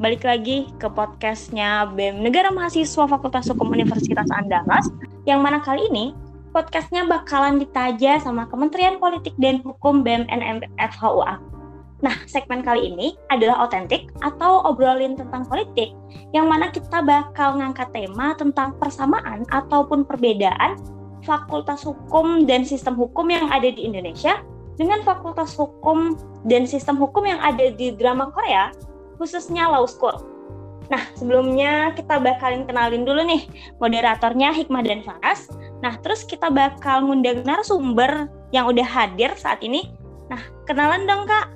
balik lagi ke podcastnya BEM Negara Mahasiswa Fakultas Hukum Universitas Andalas, yang mana kali ini podcastnya bakalan ditaja sama Kementerian Politik dan Hukum BEM NMFHUA. Nah, segmen kali ini adalah otentik atau obrolin tentang politik, yang mana kita bakal ngangkat tema tentang persamaan ataupun perbedaan Fakultas Hukum dan Sistem Hukum yang ada di Indonesia dengan Fakultas Hukum dan Sistem Hukum yang ada di drama Korea, khususnya Law School. Nah, sebelumnya kita bakalin kenalin dulu nih moderatornya Hikmah dan Faras. Nah, terus kita bakal ngundang narasumber yang udah hadir saat ini. Nah, kenalan dong, Kak.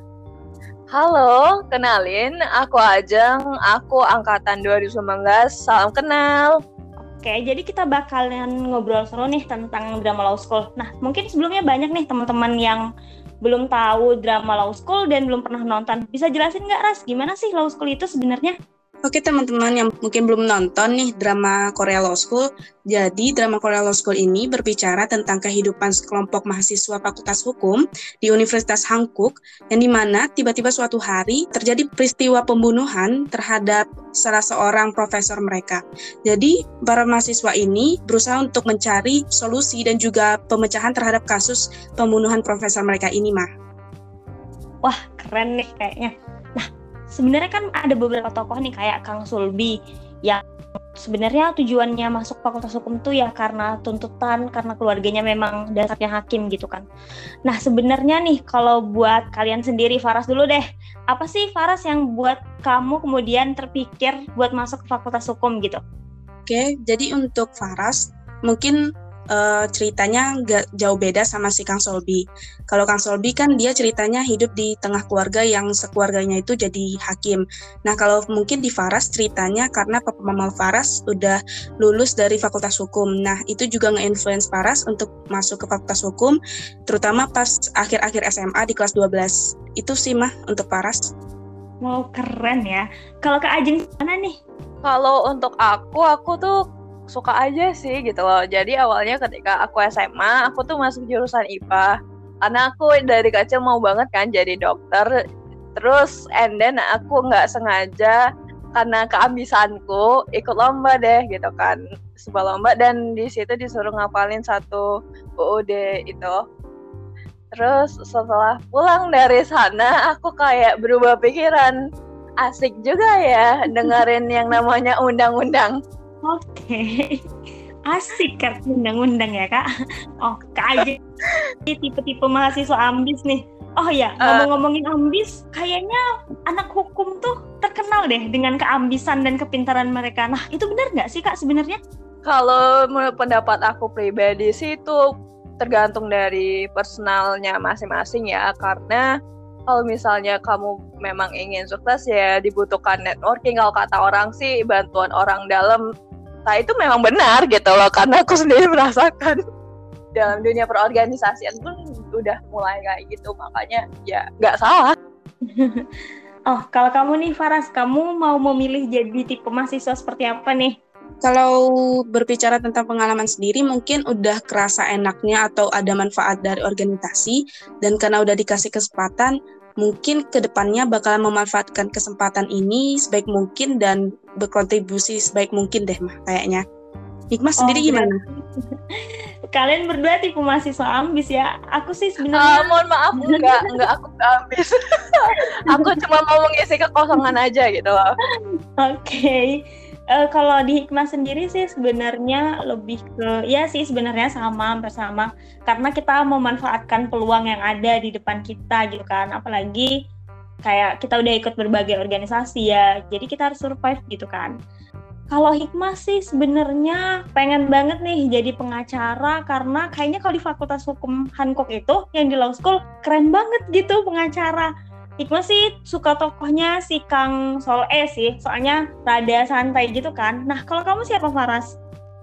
Halo, kenalin, aku Ajeng, aku angkatan 2019, salam kenal. Oke, jadi kita bakalan ngobrol seru nih tentang drama Law School. Nah, mungkin sebelumnya banyak nih teman-teman yang belum tahu drama Law School dan belum pernah nonton. Bisa jelasin nggak, Ras, gimana sih Law School itu sebenarnya? Oke teman-teman yang mungkin belum nonton nih drama Korea Law School. Jadi drama Korea Law School ini berbicara tentang kehidupan sekelompok mahasiswa Fakultas Hukum di Universitas Hankook, yang dimana tiba-tiba suatu hari terjadi peristiwa pembunuhan terhadap salah seorang profesor mereka. Jadi para mahasiswa ini berusaha untuk mencari solusi dan juga pemecahan terhadap kasus pembunuhan profesor mereka ini, Mah. Wah, keren nih kayaknya. Sebenarnya kan ada beberapa tokoh nih kayak Kang Sulbi yang sebenarnya tujuannya masuk Fakultas Hukum tuh ya karena tuntutan, karena keluarganya memang dasarnya hakim gitu kan. Nah, sebenarnya nih kalau buat kalian sendiri, Faras dulu deh. Apa sih Faras yang buat kamu kemudian terpikir buat masuk ke Fakultas Hukum gitu? Oke, jadi untuk Faras mungkin ceritanya nggak jauh beda sama si Kang Solbi. Kalau Kang Solbi kan dia ceritanya hidup di tengah keluarga yang sekeluarganya itu jadi hakim. Nah kalau mungkin di Faras ceritanya karena papa mama Faras udah lulus dari Fakultas Hukum. Nah itu juga nge-influence Faras untuk masuk ke Fakultas Hukum, terutama pas akhir-akhir SMA di kelas 12. Itu sih Mah untuk Faras. Wow, keren ya. Kalau Kak Ajeng mana nih? Kalau untuk aku tuh suka aja sih gitu loh. Jadi awalnya ketika aku SMA, aku tuh masuk jurusan IPA. Karena aku dari kecil mau banget kan jadi dokter. Terus and then aku nggak sengaja karena keambisanku ikut lomba deh gitu kan. Sebuah lomba dan di situ disuruh ngapalin satu UUD itu. Terus setelah pulang dari sana aku kayak berubah pikiran. Asik juga ya dengerin yang namanya undang-undang. Oke, asik kan undang-undang ya Kak. Oh, Kak Ajeng tipe-tipe mahasiswa ambis nih. Oh ya, ngomong-ngomongin ambis, kayaknya anak hukum tuh terkenal deh dengan keambisan dan kepintaran mereka. Nah, itu benar nggak sih Kak sebenarnya? Kalau menurut pendapat aku pribadi sih itu tergantung dari personalnya masing-masing ya. Karena kalau misalnya kamu memang ingin sukses ya dibutuhkan networking. Kalau kata orang sih bantuan orang dalam. Nah itu memang benar gitu loh, karena aku sendiri merasakan dalam dunia perorganisasian pun udah mulai kayak gitu, makanya ya nggak salah. Oh, kalau kamu nih Faras, kamu mau memilih jadi tipe mahasiswa seperti apa nih? Kalau berbicara tentang pengalaman sendiri mungkin udah kerasa enaknya atau ada manfaat dari organisasi, dan karena udah dikasih kesempatan, mungkin kedepannya bakal memanfaatkan kesempatan ini sebaik mungkin dan berkontribusi sebaik mungkin deh Mah kayaknya. Hikmah sendiri gimana? Kalian berdua tipe mahasiswa ambis ya. Aku sih sebenarnya mohon maaf enggak aku ambis. Aku cuma mau mengisi kekosongan aja gitu loh. Oke. Kalau di Hikmah sendiri sih sebenarnya lebih ke ya sih sebenarnya hampir sama karena kita memanfaatkan peluang yang ada di depan kita gitu kan, apalagi kayak kita udah ikut berbagai organisasi ya, jadi kita harus survive gitu kan. Kalau Hikmah sih sebenarnya pengen banget nih jadi pengacara karena kayaknya kalau di Fakultas Hukum Hankook itu yang di Law School keren banget gitu pengacara. Hikmah sih suka tokohnya si Kang Soleh sih, soalnya rada santai gitu kan. Nah, kalau kamu siapa Faras?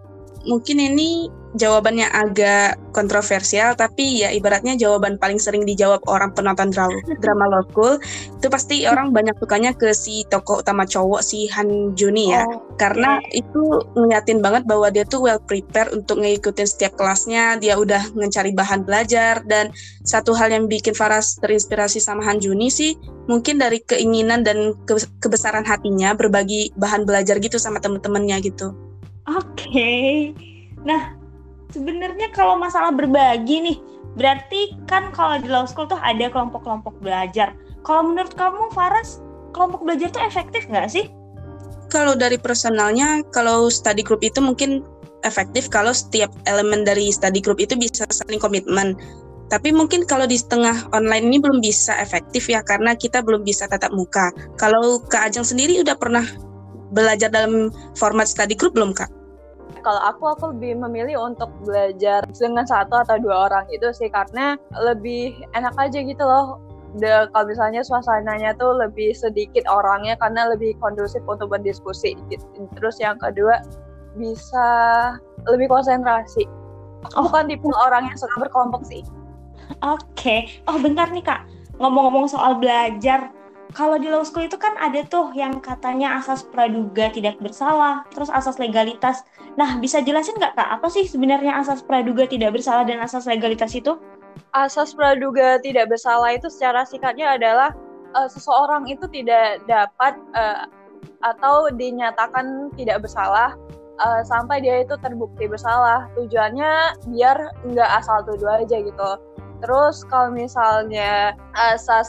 mungkin ini jawabannya agak kontroversial, tapi ya ibaratnya jawaban paling sering dijawab orang penonton drama Law School itu pasti orang banyak sukanya ke si tokoh utama cowok, si Han Juni ya. Karena itu ngeliatin banget bahwa dia tuh well prepared untuk ngikutin setiap kelasnya, dia udah mencari bahan belajar. Dan satu hal yang bikin Faras terinspirasi sama Han Juni sih mungkin dari keinginan dan kebesaran hatinya berbagi bahan belajar gitu sama temen-temennya gitu. Oke. Nah, sebenarnya kalau masalah berbagi nih, berarti kan kalau di Law School tuh ada kelompok-kelompok belajar. Kalau menurut kamu, Faras, kelompok belajar tuh efektif nggak sih? Kalau dari personalnya, kalau study group itu mungkin efektif kalau setiap elemen dari study group itu bisa saling komitmen. Tapi mungkin kalau di tengah online ini belum bisa efektif ya, karena kita belum bisa tatap muka. Kalau Kak Ajeng sendiri udah pernah belajar dalam format study group belum, Kak? Kalau aku lebih memilih untuk belajar dengan satu atau dua orang itu sih, karena lebih enak aja gitu loh. Kalau misalnya suasananya tuh lebih sedikit orangnya karena lebih kondusif untuk berdiskusi gitu. Terus yang kedua bisa lebih konsentrasi. Aku bukan tipe orang yang suka berkelompok sih. Oke. Oh bentar nih Kak, ngomong-ngomong soal belajar, kalau di Law School itu kan ada tuh yang katanya asas praduga tidak bersalah, terus asas legalitas. Nah, bisa jelasin nggak Kak, apa sih sebenarnya asas praduga tidak bersalah dan asas legalitas itu? Asas praduga tidak bersalah itu secara singkatnya adalah seseorang itu tidak dapat atau dinyatakan tidak bersalah sampai dia itu terbukti bersalah. Tujuannya biar nggak asal tuduh aja gitu. Terus kalau misalnya asas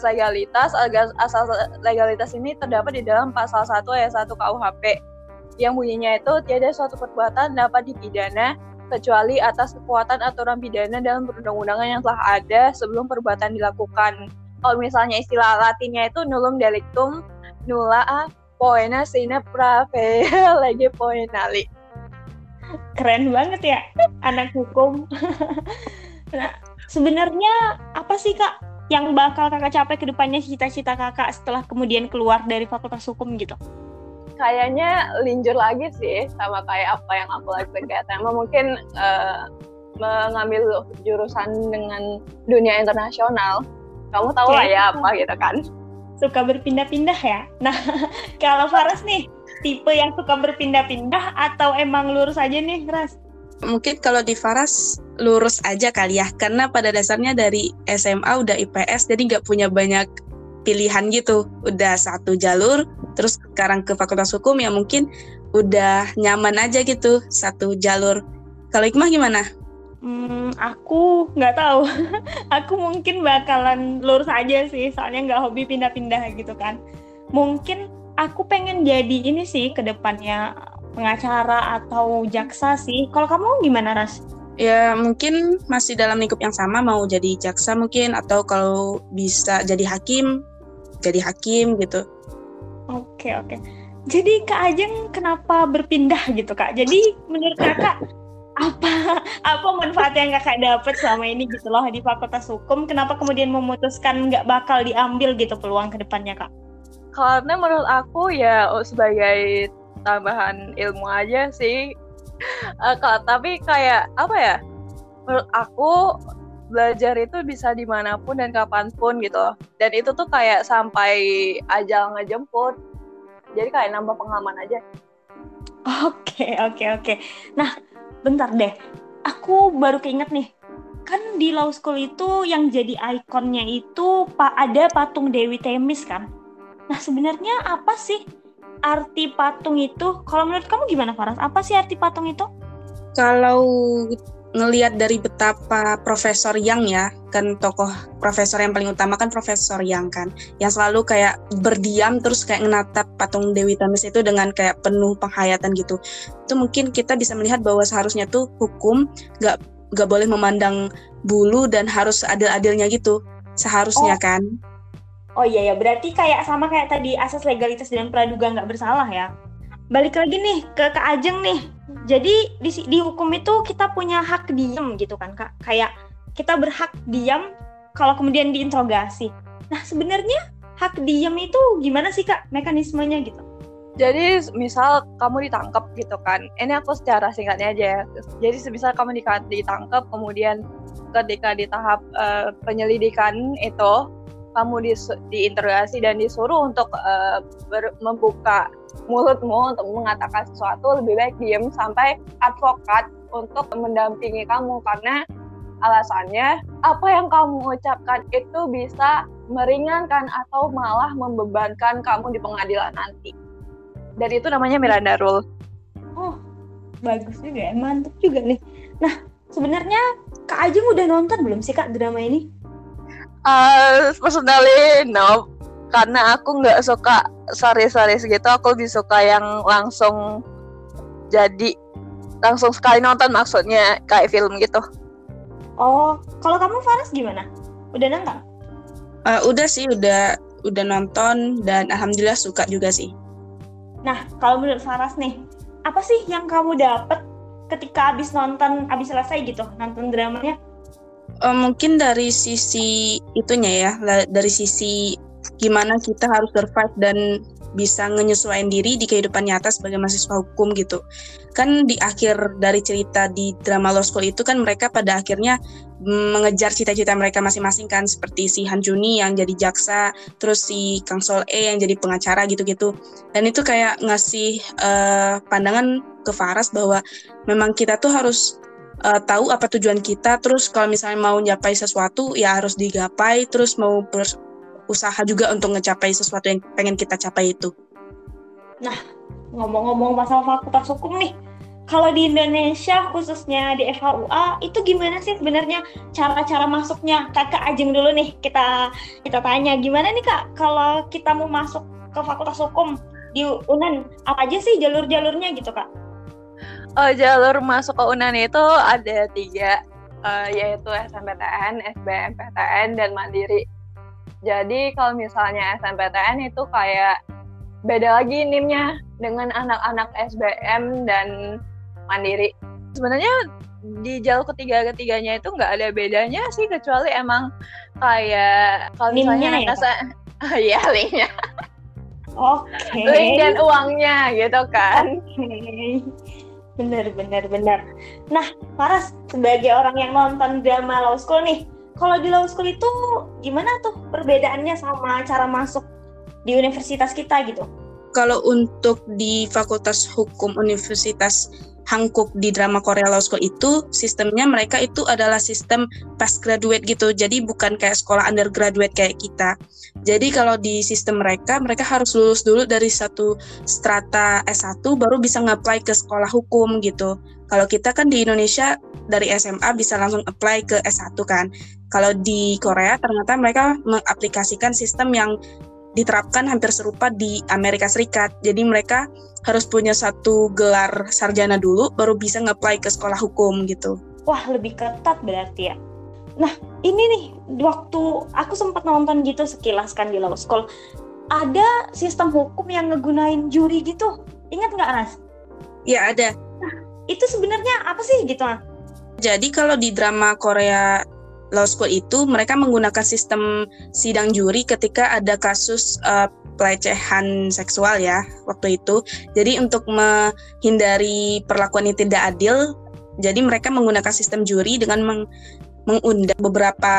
legalitas ini terdapat di dalam pasal 1 ayat 1 KUHP yang bunyinya itu tiada suatu perbuatan dapat dipidana kecuali atas kekuatan aturan pidana dalam perundang-undangan yang telah ada sebelum perbuatan dilakukan. Kalau misalnya istilah Latinnya itu nullum delictum nulla poena sine pravea lege poenali. Keren banget ya anak hukum. Nah, sebenarnya apa sih Kak yang bakal Kakak capai ke depannya, cita-cita Kakak setelah kemudian keluar dari Fakultas Hukum gitu? Kayaknya linjur lagi sih sama kayak apa yang aku lakukan kayak SMA, mungkin mengambil jurusan dengan dunia internasional. Kamu tahu lah ya apa gitu kan. Suka berpindah-pindah ya. Nah, kalau Faras nih tipe yang suka berpindah-pindah atau emang lurus aja nih, Ras? Mungkin kalau di Faras lurus aja kali ya, karena pada dasarnya dari SMA udah IPS, jadi nggak punya banyak pilihan gitu. Udah satu jalur, terus sekarang ke Fakultas Hukum ya mungkin udah nyaman aja gitu, satu jalur. Kalau Hikmah gimana? Aku nggak tahu. Aku mungkin bakalan lurus aja sih, soalnya nggak hobi pindah-pindah gitu kan. Mungkin aku pengen jadi ini sih ke depannya pengacara atau jaksa sih. Kalau kamu gimana, Ras? Ya mungkin masih dalam lingkup yang sama, mau jadi jaksa mungkin, atau kalau bisa jadi hakim gitu. Oke. Jadi Kak Ajeng kenapa berpindah gitu Kak? Jadi menurut Kakak apa manfaat yang Kakak dapat selama ini gitu loh di Fakultas Hukum? Kenapa kemudian memutuskan nggak bakal diambil gitu peluang ke depannya Kak? Karena menurut aku ya sebagai tambahan ilmu aja sih. Tapi kayak apa ya? Menurut aku belajar itu bisa dimanapun dan kapanpun gitu. Dan itu tuh kayak sampai ajal ngejemput. Jadi kayak nambah pengalaman aja. Oke. Nah, bentar deh. Aku baru keinget nih. Kan di Law School itu yang jadi ikonnya itu ada patung Dewi Themis kan? Nah, sebenarnya apa sih arti patung itu? Kalau menurut kamu gimana, Faras? Apa sih arti patung itu? Kalau ngelihat dari betapa Profesor Yang ya, kan tokoh profesor yang paling utama kan Profesor Yang kan, yang selalu kayak berdiam terus kayak ngenatap patung Dewi Themis itu dengan kayak penuh penghayatan gitu. Itu mungkin kita bisa melihat bahwa seharusnya tuh hukum gak boleh memandang bulu dan harus adil-adilnya gitu, seharusnya kan. Oh iya, berarti kayak sama kayak tadi asas legalitas dan praduga nggak bersalah ya. Balik lagi nih ke Kak Ajeng nih. Jadi di hukum itu kita punya hak diam gitu kan Kak. Kayak kita berhak diam kalau kemudian diinterogasi. Nah sebenarnya hak diam itu gimana sih Kak mekanismenya gitu? Jadi misal kamu ditangkap gitu kan, ini aku secara singkatnya aja ya. Jadi semisal kamu ditangkap, kemudian ketika di tahap penyelidikan itu, kamu diinterogasi dan disuruh untuk membuka mulutmu untuk mengatakan sesuatu, lebih baik diem sampai advokat untuk mendampingi kamu, karena alasannya apa yang kamu ucapkan itu bisa meringankan atau malah membebankan kamu di pengadilan nanti. Dan itu namanya Miranda Rule. Oh, bagus juga ya, mantap juga nih. Nah, sebenarnya Kak Ajeng udah nonton belum sih Kak drama ini? Personally, no. Karena aku nggak suka series-series gitu, aku lebih suka yang langsung sekali nonton, maksudnya kayak film gitu. Oh, kalau kamu Faras gimana? Udah nonton? Udah sih, udah nonton dan alhamdulillah suka juga sih. Nah, kalau menurut Faras nih, apa sih yang kamu dapet ketika abis selesai gitu, nonton dramanya? Mungkin dari sisi itunya ya, dari sisi gimana kita harus survive dan bisa menyesuaikan diri di kehidupan nyata sebagai mahasiswa hukum gitu. Kan di akhir dari cerita di drama Law School itu kan mereka pada akhirnya mengejar cita-cita mereka masing-masing kan, seperti si Han Juni yang jadi jaksa, terus si Kang Sol E yang jadi pengacara gitu-gitu. Dan itu kayak ngasih pandangan ke Faras bahwa memang kita tuh harus tahu apa tujuan kita, terus kalau misalnya mau nyapai sesuatu ya harus digapai, terus mau berusaha juga untuk ngecapai sesuatu yang pengen kita capai itu. Nah, ngomong-ngomong masalah fakultas hukum nih, kalau di Indonesia khususnya di FHUA itu gimana sih sebenarnya cara-cara masuknya? Kakak Ajeng dulu nih, kita tanya gimana nih Kak kalau kita mau masuk ke fakultas hukum di UNAN, apa aja sih jalur-jalurnya gitu Kak? Jalur masuk ke UNAN itu ada 3, yaitu SNMPTN, SBMPTN, dan Mandiri. Jadi kalau misalnya SNMPTN itu kayak beda lagi NIM-nya dengan anak-anak SBM dan Mandiri. Sebenarnya di jalur ketiganya itu nggak ada bedanya sih, kecuali emang kayak kalau misalnya ya, linknya. Oke. Link dan uangnya gitu kan. Okay. Bener. Nah, Faras sebagai orang yang nonton drama Law School nih, kalau di Law School itu gimana tuh perbedaannya sama cara masuk di universitas kita gitu? Kalau untuk di Fakultas Hukum Universitas Hankook di drama Korea Law School itu sistemnya mereka itu adalah sistem postgraduate gitu, jadi bukan kayak sekolah undergraduate kayak kita. Jadi kalau di sistem mereka harus lulus dulu dari satu strata S1 baru bisa nge-apply ke sekolah hukum gitu. Kalau kita kan di Indonesia dari SMA bisa langsung apply ke S1 kan. Kalau di Korea ternyata mereka mengaplikasikan sistem yang diterapkan hampir serupa di Amerika Serikat. Jadi mereka harus punya satu gelar sarjana dulu baru bisa nge-apply ke sekolah hukum gitu. Wah, lebih ketat berarti ya. Nah, ini nih waktu aku sempat nonton gitu sekilas kan di Law School, ada sistem hukum yang ngegunain juri gitu. Ingat nggak, Ras? Ya, ada. Nah, itu sebenarnya apa sih gitu? Jadi kalau di drama Korea Law School itu mereka menggunakan sistem sidang juri ketika ada kasus pelecehan seksual ya waktu itu. Jadi untuk menghindari perlakuan yang tidak adil, jadi mereka menggunakan sistem juri dengan mengundang beberapa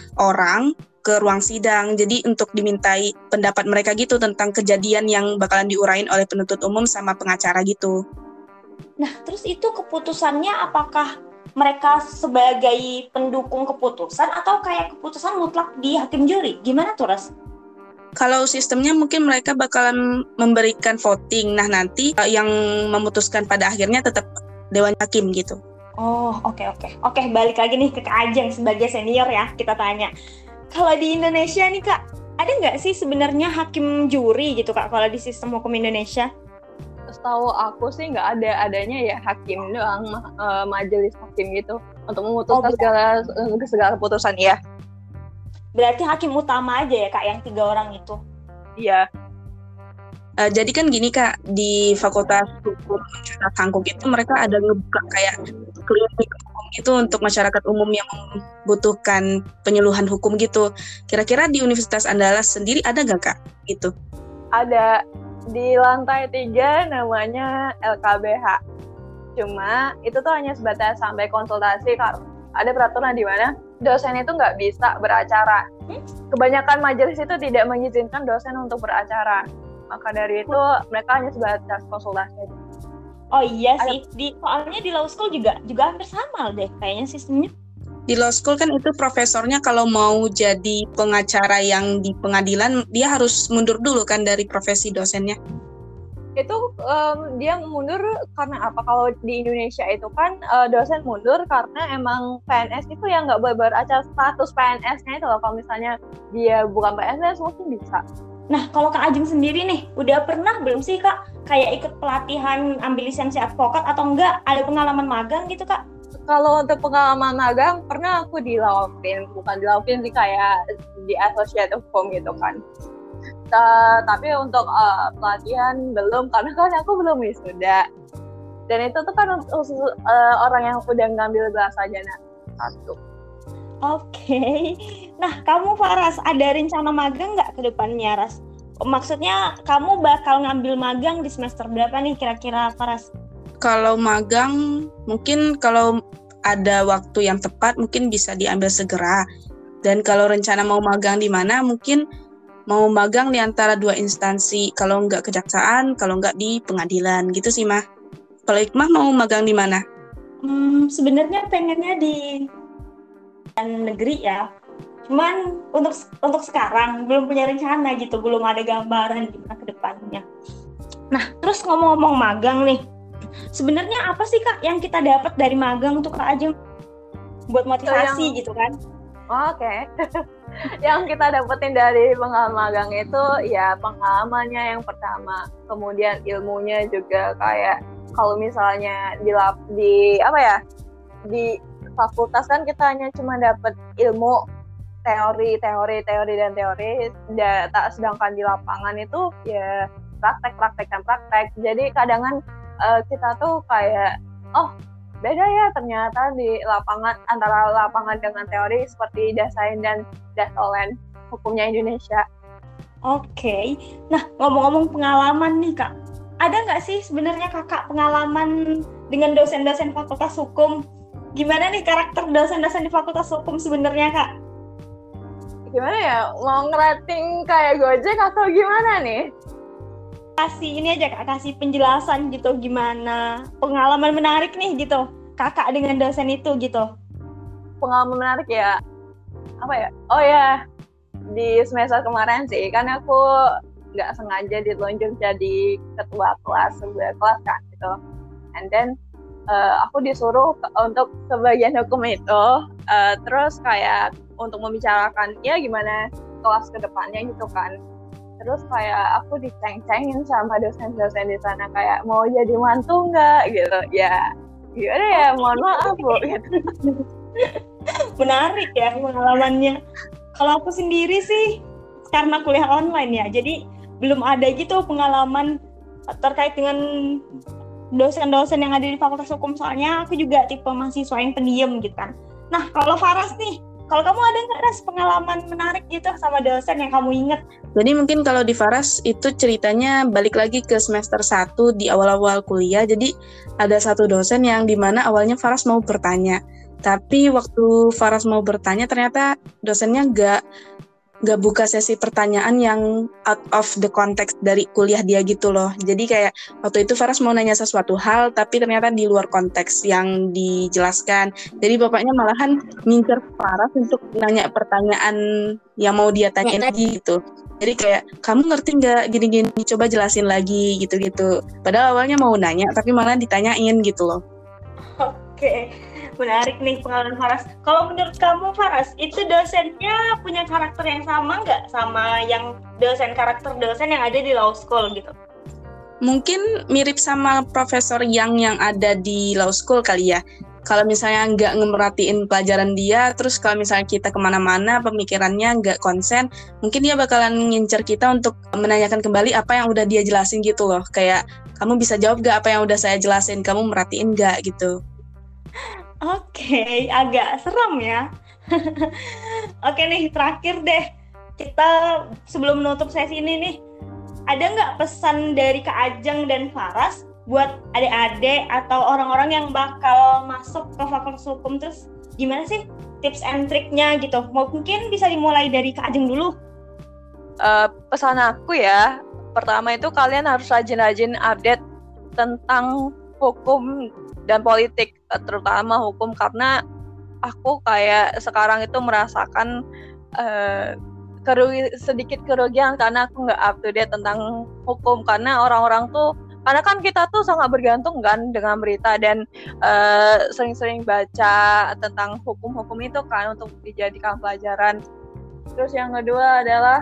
orang ke ruang sidang. Jadi untuk dimintai pendapat mereka gitu tentang kejadian yang bakalan diurain oleh penuntut umum sama pengacara gitu. Nah, terus itu keputusannya apakah mereka sebagai pendukung keputusan atau kayak keputusan mutlak di hakim juri? Gimana tuh, Ras? Kalau sistemnya mungkin mereka bakalan memberikan voting. Nah, nanti yang memutuskan pada akhirnya tetap Dewan Hakim gitu. Oh, oke. Oke, balik lagi nih ke Kak Ajeng sebagai senior ya, kita tanya. Kalau di Indonesia nih, Kak, ada nggak sih sebenarnya hakim juri gitu, Kak, kalau di sistem hukum Indonesia? Setahu aku sih nggak adanya ya hakim doang, majelis hakim gitu untuk memutuskan segala keputusan ya. Berarti hakim utama aja ya Kak yang 3 orang itu? Iya. Jadi kan gini Kak, di Fakultas Hukum Universitas Hankook itu mereka ada ngebuka kayak klinik hukum gitu untuk masyarakat umum yang membutuhkan penyuluhan hukum gitu. Kira-kira di Universitas Andalas sendiri ada nggak Kak? Gitu? Ada. di lantai 3 namanya LKBH. Cuma itu tuh hanya sebatas sampai konsultasi, karena ada peraturan di mana dosen itu nggak bisa beracara. Kebanyakan majelis itu tidak mengizinkan dosen untuk beracara. Maka dari itu mereka hanya sebatas konsultasi aja. Oh iya sih, soalnya di law school juga hampir sama deh kayaknya sistemnya. Di law school kan itu profesornya kalau mau jadi pengacara yang di pengadilan, dia harus mundur dulu kan dari profesi dosennya. Itu dia mundur karena apa? Kalau di Indonesia itu kan dosen mundur karena emang PNS itu yang nggak boleh beracara, status PNS-nya itu loh. Kalau misalnya dia bukan PNS mungkin bisa. Nah, kalau Kak Ajeng sendiri nih, udah pernah belum sih Kak kayak ikut pelatihan ambil lisensi advokat atau enggak? Ada pengalaman magang gitu Kak? Kalau untuk pengalaman magang, pernah aku di law firm, bukan di law firm sih, kayak di associate of firm gitu kan. Tapi untuk pelatihan belum, karena kan aku belum wisuda. Dan itu tuh kan khusus orang yang udah ngambil gelar sarjana 1. Oke. Nah, kamu Faras, ada rencana magang nggak ke depannya, Ras? Maksudnya kamu bakal ngambil magang di semester berapa nih kira-kira, Faras? Kalau magang, mungkin kalau ada waktu yang tepat, mungkin bisa diambil segera. Dan kalau rencana mau magang di mana, mungkin mau magang di antara 2 instansi. Kalau nggak kejaksaan, kalau nggak di pengadilan, gitu sih, Mah. Kalau Hikmah mau magang di mana? Sebenarnya pengennya di negeri ya. Cuman untuk sekarang belum punya rencana gitu, belum ada gambaran gimana ke depannya. Nah, terus ngomong-ngomong magang nih. Sebenarnya apa sih Kak yang kita dapat dari magang tuh Kak Ajeng? Buat motivasi gitu kan? Oke. Yang kita dapetin dari pengalaman magang itu ya pengalamannya yang pertama, kemudian ilmunya juga. Kayak kalau misalnya di fakultas kan kita hanya cuma dapat ilmu teori, sedangkan di lapangan itu ya praktek. Jadi kadang kita tuh kayak beda ya ternyata di lapangan, antara lapangan dengan teori, seperti Dasain dan Dasolen hukumnya Indonesia. Oke. Nah, ngomong-ngomong pengalaman nih Kak, ada nggak sih sebenarnya Kakak pengalaman dengan dosen-dosen fakultas hukum? Gimana nih karakter dosen-dosen di fakultas hukum sebenarnya Kak? Gimana ya, mau ngerating kayak Gojek atau gimana nih? Kasih ini aja Kak, kasih penjelasan gitu gimana pengalaman menarik nih gitu Kakak dengan dosen itu gitu. Pengalaman menarik ya, apa ya? Oh ya, di semester kemarin sih, kan aku nggak sengaja ditunjuk jadi ketua kelas, sebuah kelas kan gitu. And then aku disuruh untuk ke bagian hukum itu, terus kayak untuk membicarakan ya gimana kelas ke depannya gitu kan. Terus kayak aku diceng-cengin sama dosen-dosen di sana, kayak mau jadi mantu nggak gitu. Ya gimana ya, mohon maaf Bu gitu. Menarik ya pengalamannya. Kalau aku sendiri sih karena kuliah online ya, jadi belum ada gitu pengalaman terkait dengan dosen-dosen yang ada di fakultas hukum, soalnya aku juga tipe mahasiswa yang pendiam gitu kan. Nah, kalau Faras nih, kalau kamu ada nggak Ras pengalaman menarik gitu sama dosen yang kamu ingat? Jadi mungkin kalau di Faras itu ceritanya balik lagi ke semester 1 di awal-awal kuliah. Jadi ada satu dosen yang dimana awalnya Faras mau bertanya. Tapi waktu Faras mau bertanya ternyata dosennya nggak buka sesi pertanyaan yang out of the context dari kuliah dia gitu loh. Jadi kayak waktu itu Faras mau nanya sesuatu hal tapi ternyata di luar konteks yang dijelaskan. Jadi bapaknya malahan ngincer Faras untuk nanya pertanyaan yang mau dia tanyain lagi gitu. Jadi kayak, kamu ngerti nggak gini-gini, coba jelasin lagi gitu-gitu. Padahal awalnya mau nanya tapi malah ditanyain gitu loh. Oke. Menarik nih pengalaman Faras. Kalau menurut kamu Faras, itu dosennya punya karakter yang sama nggak sama yang karakter dosen yang ada di law school gitu? Mungkin mirip sama profesor yang ada di law school kali ya. Kalau misalnya nggak ngemerhatiin pelajaran dia, terus kalau misalnya kita kemana-mana pemikirannya nggak konsen, mungkin dia bakalan ngincer kita untuk menanyakan kembali apa yang udah dia jelasin gitu loh. Kayak, kamu bisa jawab nggak apa yang udah saya jelasin, kamu merhatiin nggak gitu. Oke, agak seram ya. Oke nih, terakhir deh. Kita sebelum menutup sesi ini nih, ada nggak pesan dari Kak Ajeng dan Faras buat adik-adik atau orang-orang yang bakal masuk ke Fakultas Hukum, terus gimana sih tips and triknya gitu? Mungkin bisa dimulai dari Kak Ajeng dulu. Pesan aku ya, pertama itu kalian harus rajin-rajin update tentang hukum dan politik, terutama hukum, karena aku kayak sekarang itu merasakan sedikit kerugian karena aku nggak up to date tentang hukum, karena orang-orang tuh, karena kan kita tuh sangat bergantung kan dengan berita dan sering-sering baca tentang hukum-hukum itu kan untuk dijadikan pelajaran. Terus yang kedua adalah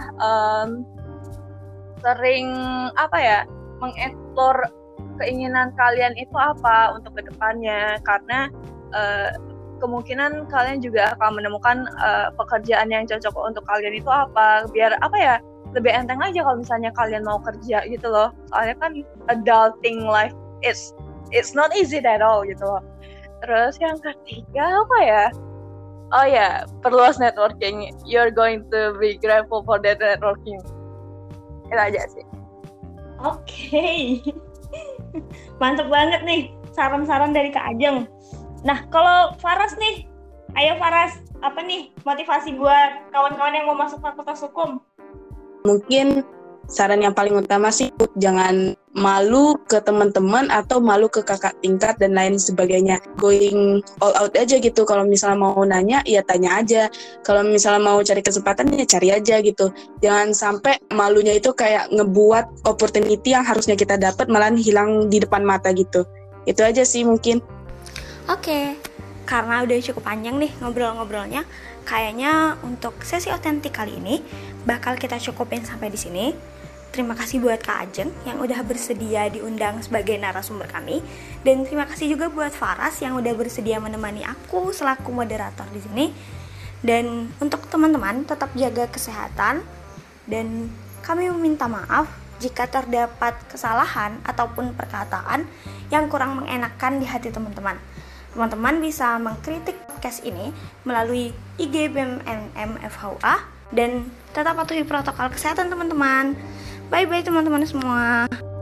sering mengeksplor keinginan kalian itu apa untuk kedepannya, karena kemungkinan kalian juga akan menemukan pekerjaan yang cocok untuk kalian itu apa, biar lebih enteng aja kalau misalnya kalian mau kerja gitu loh. Soalnya kan adulting life it's not easy at all gitu loh. Terus yang ketiga perluas networking. You're going to be grateful for that networking. Itu aja sih. Oke. Mantap banget nih saran-saran dari Kak Ajeng. Nah, kalau Faras nih, ayo Faras, apa nih motivasi buat kawan-kawan yang mau masuk Fakultas Hukum? Mungkin saran yang paling utama sih, jangan malu ke teman-teman atau malu ke kakak tingkat dan lain sebagainya. Going all out aja gitu. Kalau misalnya mau nanya, ya tanya aja. Kalau misalnya mau cari kesempatan, ya cari aja gitu. Jangan sampai malunya itu kayak ngebuat opportunity yang harusnya kita dapat malah hilang di depan mata gitu. Itu aja sih mungkin. Oke, karena udah cukup panjang nih ngobrol-ngobrolnya, kayaknya untuk sesi otentik kali ini bakal kita cukupin sampai di sini. Terima kasih buat Kak Ajeng yang udah bersedia diundang sebagai narasumber kami, dan terima kasih juga buat Faras yang udah bersedia menemani aku selaku moderator di sini. Dan untuk teman-teman tetap jaga kesehatan, dan kami meminta maaf jika terdapat kesalahan ataupun perkataan yang kurang mengenakan di hati teman-teman. Teman-teman bisa mengkritik podcast ini melalui IG BEM FHUA dan tetap patuhi protokol kesehatan teman-teman. Bye-bye teman-teman semua.